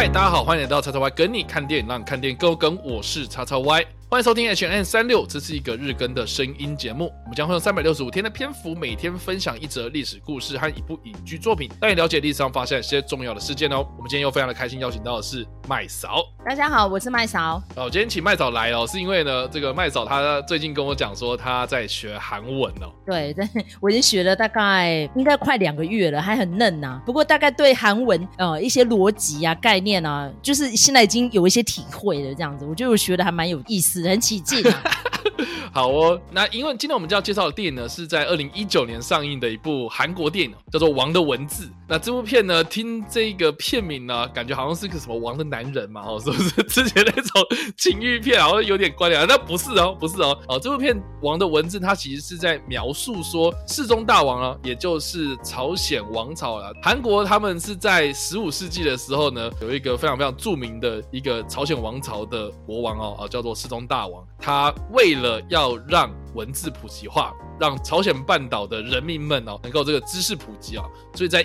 嗨，大家好，欢迎来到叉叉 Y 跟你看电影，让你看电影更有梗。我是叉叉 Y， 欢迎收听 HN36， 这是一个日更的声音节目。我们将会用365天的篇幅，每天分享一则历史故事和一部影剧作品，带你了解历史上发生一些重要的事件哦。我们今天又非常的开心，邀请到的是麦嫂。 大家好，我是麦嫂。 今天请麦嫂来是因为呢，这个麦嫂她最近跟我讲说她在学韩文哦。 对，我已经学了大概应该快2个月了，还很嫩啊。不过大概对韩文一些逻辑啊、概念啊，就是现在已经有一些体会了，这样子，我觉得我学的还蛮有意思的，很起劲啊。 好哦，那因为今天我们就要介绍的电影呢，是在2019年上映的一部韩国电影，叫做《王的文字》。那这部片呢，听这个片名呢，感觉好像是个什么王的男人嘛，是不是？之前那种情欲片好像有点关联，但不是哦。这部片《王的文字》它其实是在描述说，世宗大王啊，也就是朝鲜王朝啦。韩国他们是在15世纪的时候呢，有一个非常非常著名的一个朝鲜王朝的国王叫做世宗大王。他为了要让文字普及化，让朝鲜半岛的人民们能够这个知识普及所以在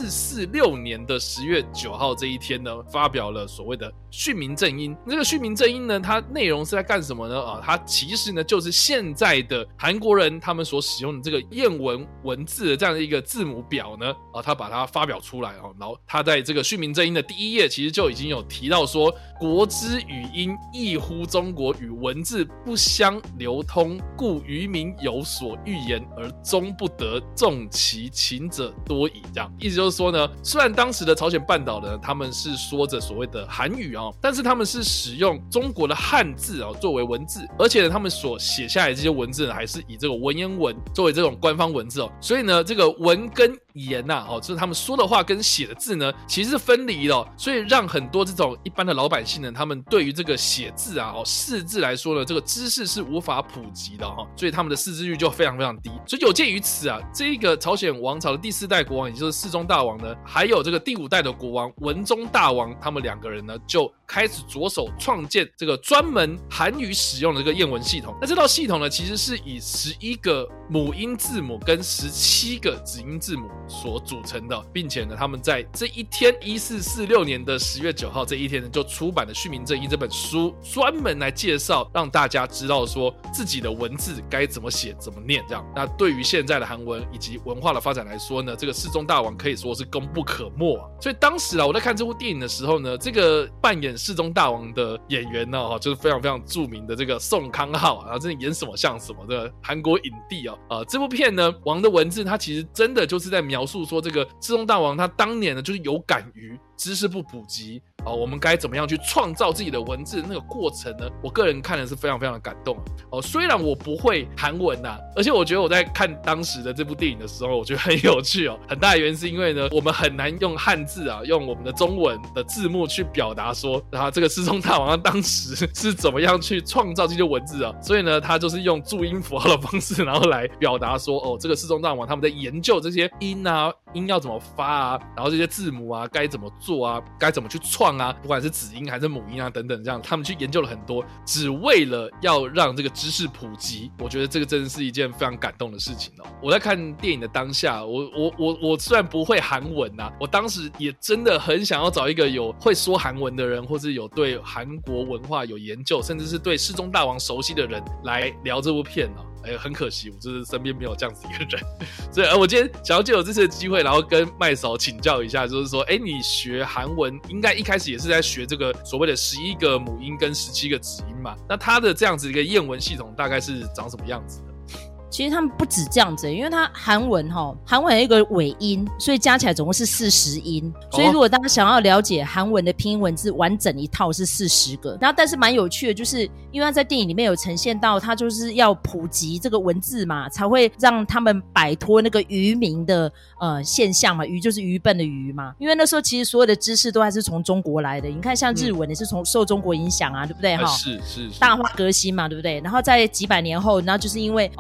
1446年的10月9号这一天呢，发表了所谓的训民正音。这个训民正音呢，它内容是在干什么呢？它其实呢就是现在的韩国人他们所使用的这个谚文文字的这样的一个字母表呢，他把它发表出来然后他在这个训民正音的第1页其实就已经有提到说，国之语音异乎中国语，文字不相流通，故渔民有所欲言而终不得，纵其情者多矣。这样意思就是说呢，虽然当时的朝鲜半岛呢，他们是说着所谓的韩语但是他们是使用中国的汉字作为文字，而且呢，他们所写下来的这些文字呢，还是以这个文言文作为这种官方文字所以呢，这个文跟言就是他们说的话跟写的字呢，其实是分离的所以让很多这种一般的老百姓呢，他们对于这个写字识字来说呢，这个知识是无法普及的所以他们的识字率就非常非常低。所以有鉴于此这个朝鲜王朝的第4代国王，也就是世宗大王呢，还有这个第5代的国王文宗大王，他们2个人呢，就开始着手创建这个专门韩语使用的这个谚文系统。那这套系统呢，其实是以11个母音字母跟17个子音字母所组成的，并且呢，他们在这一天1446年的10月9号这一天呢，就出版了《训民正音》这本书，专门来介绍，让大家知道说自己的文字该怎么写、怎么念这样。那对于现在的韩文以及文化的发展来说呢，这个世宗大王可以说是功不可没所以当时我在看这部电影的时候呢，这个扮演世宗大王的演员呢，就是非常非常著名的这个宋康昊然后真的演什么像什么的韩国影帝这部片呢，《王的文字》它其实真的就是在描述说，这个世宗大王他当年呢，就是有感于知识不普及我们该怎么样去创造自己的文字的那个过程呢？我个人看的是非常非常的感动虽然我不会韩文而且我觉得我在看当时的这部电影的时候，我觉得很有趣很大的原因是因为呢，我们很难用汉字用我们的中文的字幕去表达说这个世宗大王他当时是怎么样去创造这些文字所以呢，他就是用注音符号的方式，然后来表达说这个世宗大王他们在研究这些音要怎么发然后这些字母该怎么做该怎么去创不管是子音还是母音等等，这样他们去研究了很多，只为了要让这个知识普及。我觉得这个真的是一件非常感动的事情我在看电影的当下，我虽然不会韩文我当时也真的很想要找一个有会说韩文的人，或是有对韩国文化有研究，甚至是对世宗大王熟悉的人来聊这部片很可惜，我就是身边没有这样子一个人，所以我今天想要借由这次的机会，然后跟麦嫂请教一下，就是说，你学韩文应该一开始也是在学这个所谓的11个母音跟17个子音嘛？那它的这样子一个谚文系统大概是长什么样子的？ 其实他们不止这样子因为它韩文有一个尾音，所以加起来总共是40音所以如果大家想要了解韩文的拼音文字完整一套是40个，然后但是蛮有趣的，就是因为他在电影里面有呈现到他就是要普及这个文字嘛，才会让他们摆脱那个愚民的现象嘛，愚就是愚笨的愚嘛，因为那时候其实所有的知识都还是从中国来的，你看像日文也是受中国影响对不对是大化革新嘛，对不对？然后在几百年后，然后就是因为那时候世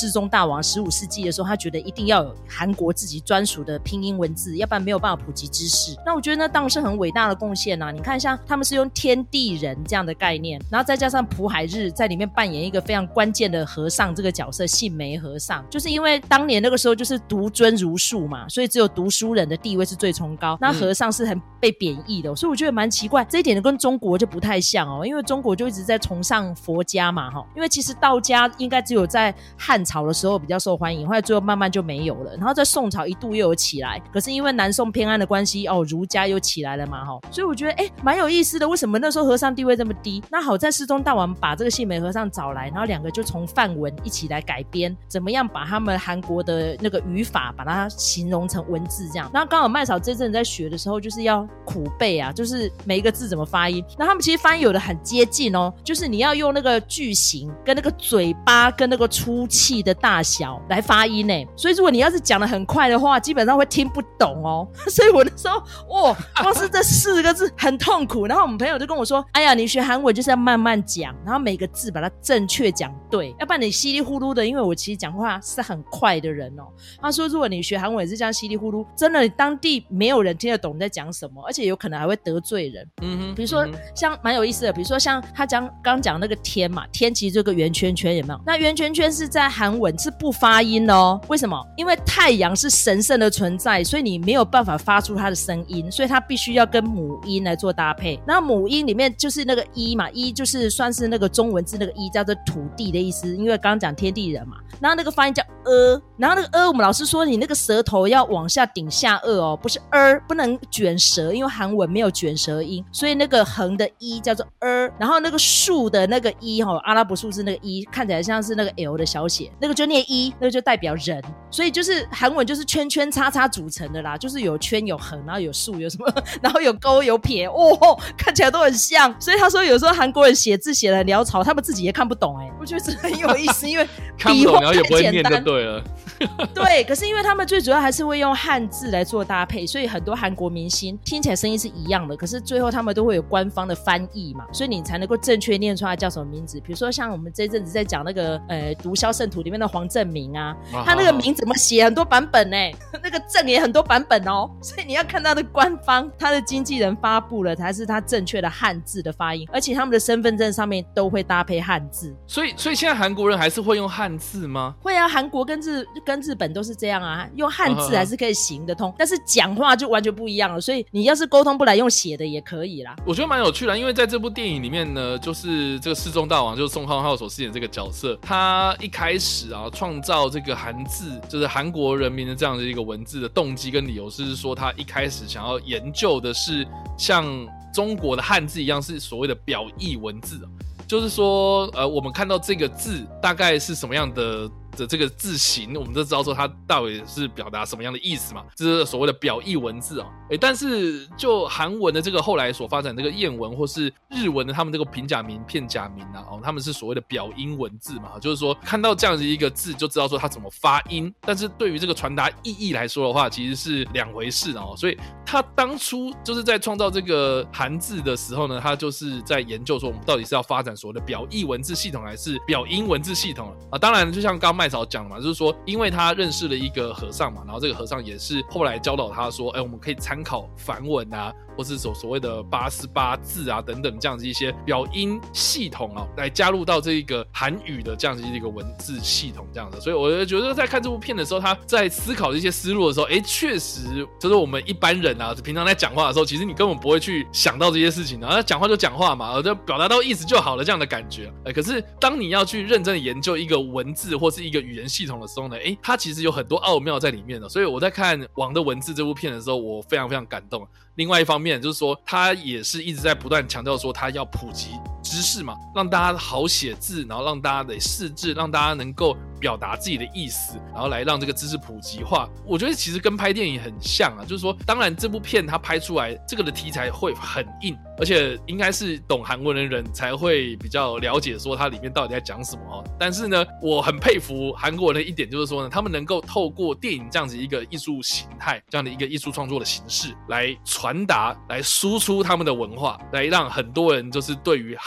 世宗大王15世纪的时候，他觉得一定要有韩国自己专属的拼音文字，要不然没有办法普及知识。那我觉得那当然是很伟大的贡献啊！你看像他们是用天地人这样的概念，然后再加上朴海日在里面扮演一个非常关键的和尚这个角色，信梅和尚，就是因为当年那个时候就是独尊儒术嘛，所以只有读书人的地位是最崇高，那和尚是很被贬义的，所以我觉得蛮奇怪，这一点跟中国就不太像哦，因为中国就一直在崇尚佛家嘛，因为其实道家应该只有在汉朝的时候比较受欢迎，后来最后慢慢就没有了，然后在宋朝一度又有起来，可是因为南宋偏安的关系儒家又起来了嘛，所以我觉得蛮有意思的，为什么那时候和尚地位这么低？那好在世宗大王把这个信梅和尚找来，然后两个就从梵文一起来改编，怎么样把他们韩国的那个语法把它形容成文字这样。然后刚好麦嫂这阵在学的时候就是要苦背啊，就是每一个字怎么发音，那他们其实发音有的很接近哦，就是你要用那个句型跟那个嘴巴跟那个出气的大小来发音耶，所以如果你要是讲得很快的话基本上会听不懂哦。所以我那时候光是这4个字很痛苦，然后我们朋友就跟我说，哎呀你学韩文就是要慢慢讲，然后每个字把它正确讲对，要不然你稀里糊涂的，因为我其实讲话是很快的人哦。他说如果你学韩文也是这样稀里糊涂，真的当地没有人听得懂你在讲什么，而且有可能还会得罪人。比如说像蛮有意思的，比如说像他刚讲那个天嘛，天其实这个圆圈圈有没有？那圆圈圈是在韩文是不发音的哦。为什么？因为太阳是神圣的存在，所以你没有办法发出它的声音，所以它必须要跟母音来做搭配。那母音里面就是那个一嘛，一就是算是那个中文字那个一叫做土地的意思，因为刚刚讲天地人嘛，然后那个发音叫然后那个我们老师说你那个舌头要往下顶下哦，不是不能卷舌，因为韩文没有卷舌音，所以那个横的一叫做然后那个竖的那个一阿拉伯数字那个一看起来像是那个 L 的小写，那个就念一，那个就代表人，所以就是韩文就是圈圈叉叉组成的啦，就是有圈有横，然后有竖有什么，然后有勾有撇看起来都很像，所以他说有时候韩国人写字写得很潦草，他们自己也看不懂我觉得这很有意思，因为看不懂然后也不会念就对了对，可是因为他们最主要还是会用汉字来做搭配，所以很多韩国明星听起来声音是一样的，可是最后他们都会有官方的翻译嘛，所以你才能够正确念出来叫什么名字。比如说像我们这一阵子在讲那个毒枭圣徒里面的黄正明啊，他那个名怎么写很多版本那个正也很多版本哦，所以你要看他的官方他的经纪人发布了才是他正确的汉字的发音，而且他们的身份证上面都会搭配汉字。 所以现在韩国人还是会用汉字吗？ 会啊，韩国跟日本都是这样啊，用汉字还是可以行得通，但是讲话就完全不一样了，所以你要是沟通不来用写的也可以啦。 我觉得蛮有趣的，因为在这部电影里面呢，就是这个世宗大王就是宋康昊所饰演这个角色，他一开始创造这个韩字，就是韩国人民的这样的一个文字的动机跟理由是说，他一开始想要研究的是像中国的汉字一样是所谓的表意文字，就是说我们看到这个字大概是什么样的这个字形，我们就知道说它到底是表达什么样的意思嘛，这是所谓的表意文字但是就韩文的这个后来所发展这个谚文或是日文的他们这个平假名片假名他们是所谓的表音文字嘛，就是说看到这样的一个字就知道说它怎么发音，但是对于这个传达意义来说的话其实是两回事所以他当初就是在创造这个韩字的时候呢，他就是在研究说我们到底是要发展所谓的表意文字系统还是表音文字系统当然就像刚刚麦嫂讲的嘛，就是说因为他认识了一个和尚嘛，然后这个和尚也是后来教导他说我们可以参考梵文或是所谓的88字等等这样子一些表音系统来加入到这个韩语的这样子一个文字系统这样的。所以我觉得在看这部片的时候，他在思考这些思路的时候确实就是我们一般人平常在讲话的时候其实你根本不会去想到这些事情讲话就讲话嘛，就表达到意思就好了这样的感觉可是当你要去认真的研究一个文字或是一个语言系统的时候呢它其实有很多奥妙在里面的。所以我在看《王的文字》这部片的时候我非常非常感动。另外一方面就是说他也是一直在不断强调说他要普及知识嘛，让大家好写字，然后让大家得识字，让大家能够表达自己的意思，然后来让这个知识普及化。我觉得其实跟拍电影很像就是说当然这部片它拍出来这个的题材会很硬，而且应该是懂韩文的人才会比较了解说它里面到底在讲什么但是呢我很佩服韩国人的一点就是说呢，他们能够透过电影这样子一个艺术形态，这样的一个艺术创作的形式来传达来输出他们的文化，来让很多人就是对于韩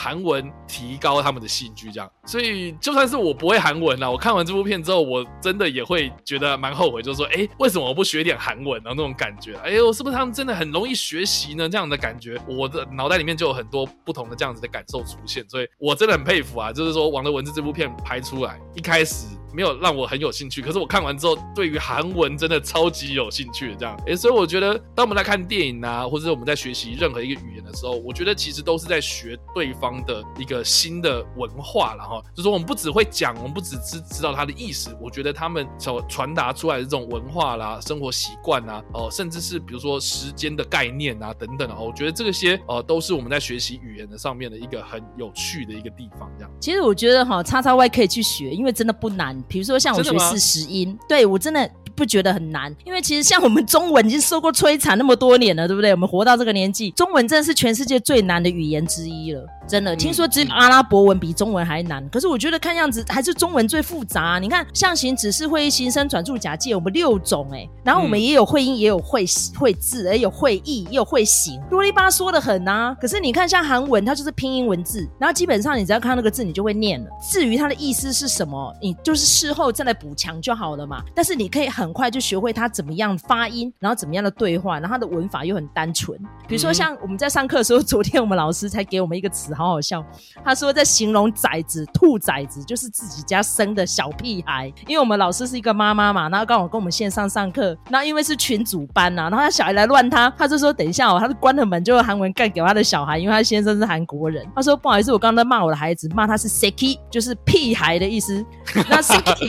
韩文提高他们的兴趣这样。所以就算是我不会韩文啦，我看完这部片之后，我真的也会觉得蛮后悔，就是说为什么我不学点韩文啊那种感觉，我是不是他们真的很容易学习呢？这样的感觉，我的脑袋里面就有很多不同的这样子的感受出现，所以我真的很佩服啊，就是说《王的文字》这部片拍出来一开始没有让我很有兴趣，可是我看完之后对于韩文真的超级有兴趣的这样。所以我觉得当我们在看电影啊，或者我们在学习任何一个语言的时候，我觉得其实都是在学对方的一个新的文化啦齁，就是说我们不只会讲，我们不只知道它的意思，我觉得他们所传达出来的这种文化啦、生活习惯啊，甚至是比如说时间的概念啊等等我觉得这些都是我们在学习语言的上面的一个很有趣的一个地方这样。 其实我觉得XXY可以去学，因为真的不难。比如说像我学40音，对，我真的不觉得很难，因为其实像我们中文已经受过摧残那么多年了，对不对？我们活到这个年纪，中文真的是全世界最难的语言之一了，真的。听说只有阿拉伯文比中文还难，可是我觉得看样子还是中文最复杂你看象形、指示、会意、形声、转注、假借，我们6种然后我们也有会音，也有会字，也有会意，也有会形，啰里吧嗦的很啊。可是你看像韩文，它就是拼音文字，然后基本上你只要看到那个字，你就会念了。至于它的意思是什么，你就是事后再来补强就好了嘛。但是你可以很快就学会它怎么样发音，然后怎么样的对话，然后它的文法又很单纯。比如说像我们在上课的时候，昨天我们老师才给我们一个词，好好笑。他说在形容崽子，兔崽子就是自己家生的小屁孩。因为我们老师是一个妈妈嘛，然后刚好跟我们线上上课，然后因为是群组班然后他小孩来乱他就说等一下他就关了门，就韩文干给他的小孩，因为他先生是韩国人。他说不好意思，我刚刚在骂我的孩子，骂他是 seki， 就是屁孩的意思。那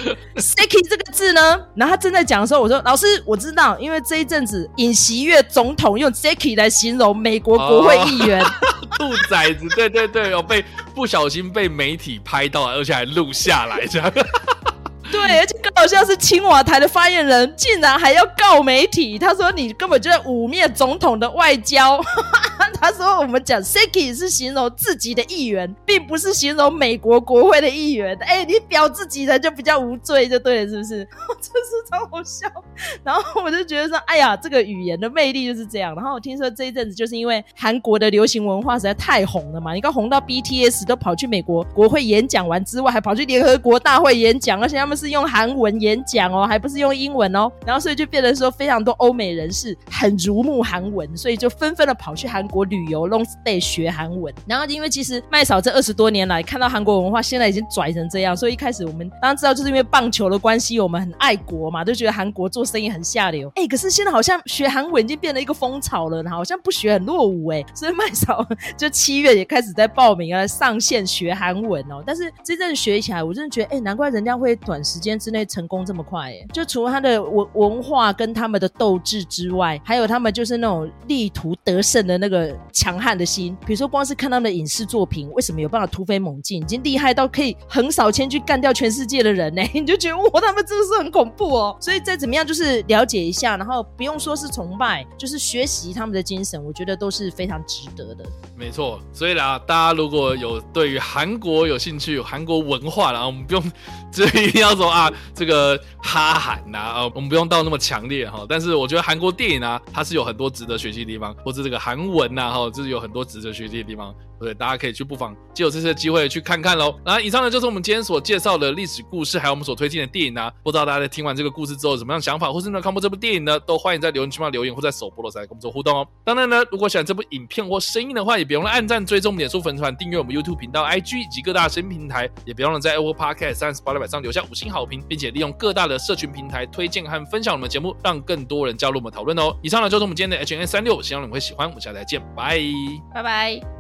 seki 这个字呢，然后他正在讲的时候，我说老师我知道，因为这一阵子尹锡悦总统用 seki 来形容美国国会议员兔崽子，对对对，不小心被媒体拍到，而且还录下来这样。 对，而且更好像是青瓦台的发言人竟然还要告媒体，他说你根本就在污蔑总统的外交。他说我们讲 Seki 是形容自己的议员，并不是形容美国国会的议员。你表自己人就比较无罪就对了，是不是？真是超好笑。然后我就觉得说哎呀，这个语言的魅力就是这样。然后我听说这一阵子就是因为韩国的流行文化实在太红了嘛，你看红到 BTS 都跑去美国国会演讲完之外，还跑去联合国大会演讲，而且他们是用韩文演讲还不是用英文然后所以就变成说非常多欧美人士很如慕韩文，所以就纷纷的跑去韩国旅游 long stay 学韩文。然后因为其实麦嫂这20多年来看到韩国文化现在已经拽成这样，所以一开始我们当然知道就是因为棒球的关系，我们很爱国嘛，就觉得韩国做生意很下流。可是现在好像学韩文已经变成一个风潮了，好像不学很落伍所以麦嫂就7月也开始在报名上线学韩文但是这阵学起来我真的觉得难怪人家会短时间之内成功这么快就除了他的文化跟他们的斗志之外，还有他们就是那种力图得胜的那个强悍的心。比如说光是看他们的影视作品为什么有办法突飞猛进，已经厉害到可以横扫千军干掉全世界的人你就觉得哇，他们真的是很恐怖所以再怎么样就是了解一下，然后不用说是崇拜，就是学习他们的精神，我觉得都是非常值得的。 没错，所以大家如果有对于韩国有兴趣，有韩国文化我们不用这一定要说这个哈韩我们不用到那么强烈但是我觉得韩国电影它是有很多值得学习的地方，或者这个韩文就是有很多值得学习的地方，对，大家可以去不妨藉由这次的机会去看看咯。然后以上呢就是我们今天所介绍的历史故事，还有我们所推荐的电影不知道大家在听完这个故事之后有什么样的想法，或是看过这部电影呢，都欢迎在留言区留言，或在首播的时候跟我们做互动当然呢，如果喜欢这部影片或声音的话，也别忘了按赞、追踪我们脸书粉团、订阅我们 YouTube 频道、IG 以及各大声音平台，也别忘了在 Apple Podcast 和 Spotify 上留下5星好评，并且利用各大的社群平台推荐和分享我们的节目，让更多人加入我们讨论以上呢就是我们今天的 HNS36，希望你们会喜欢，我们下次再见，拜拜。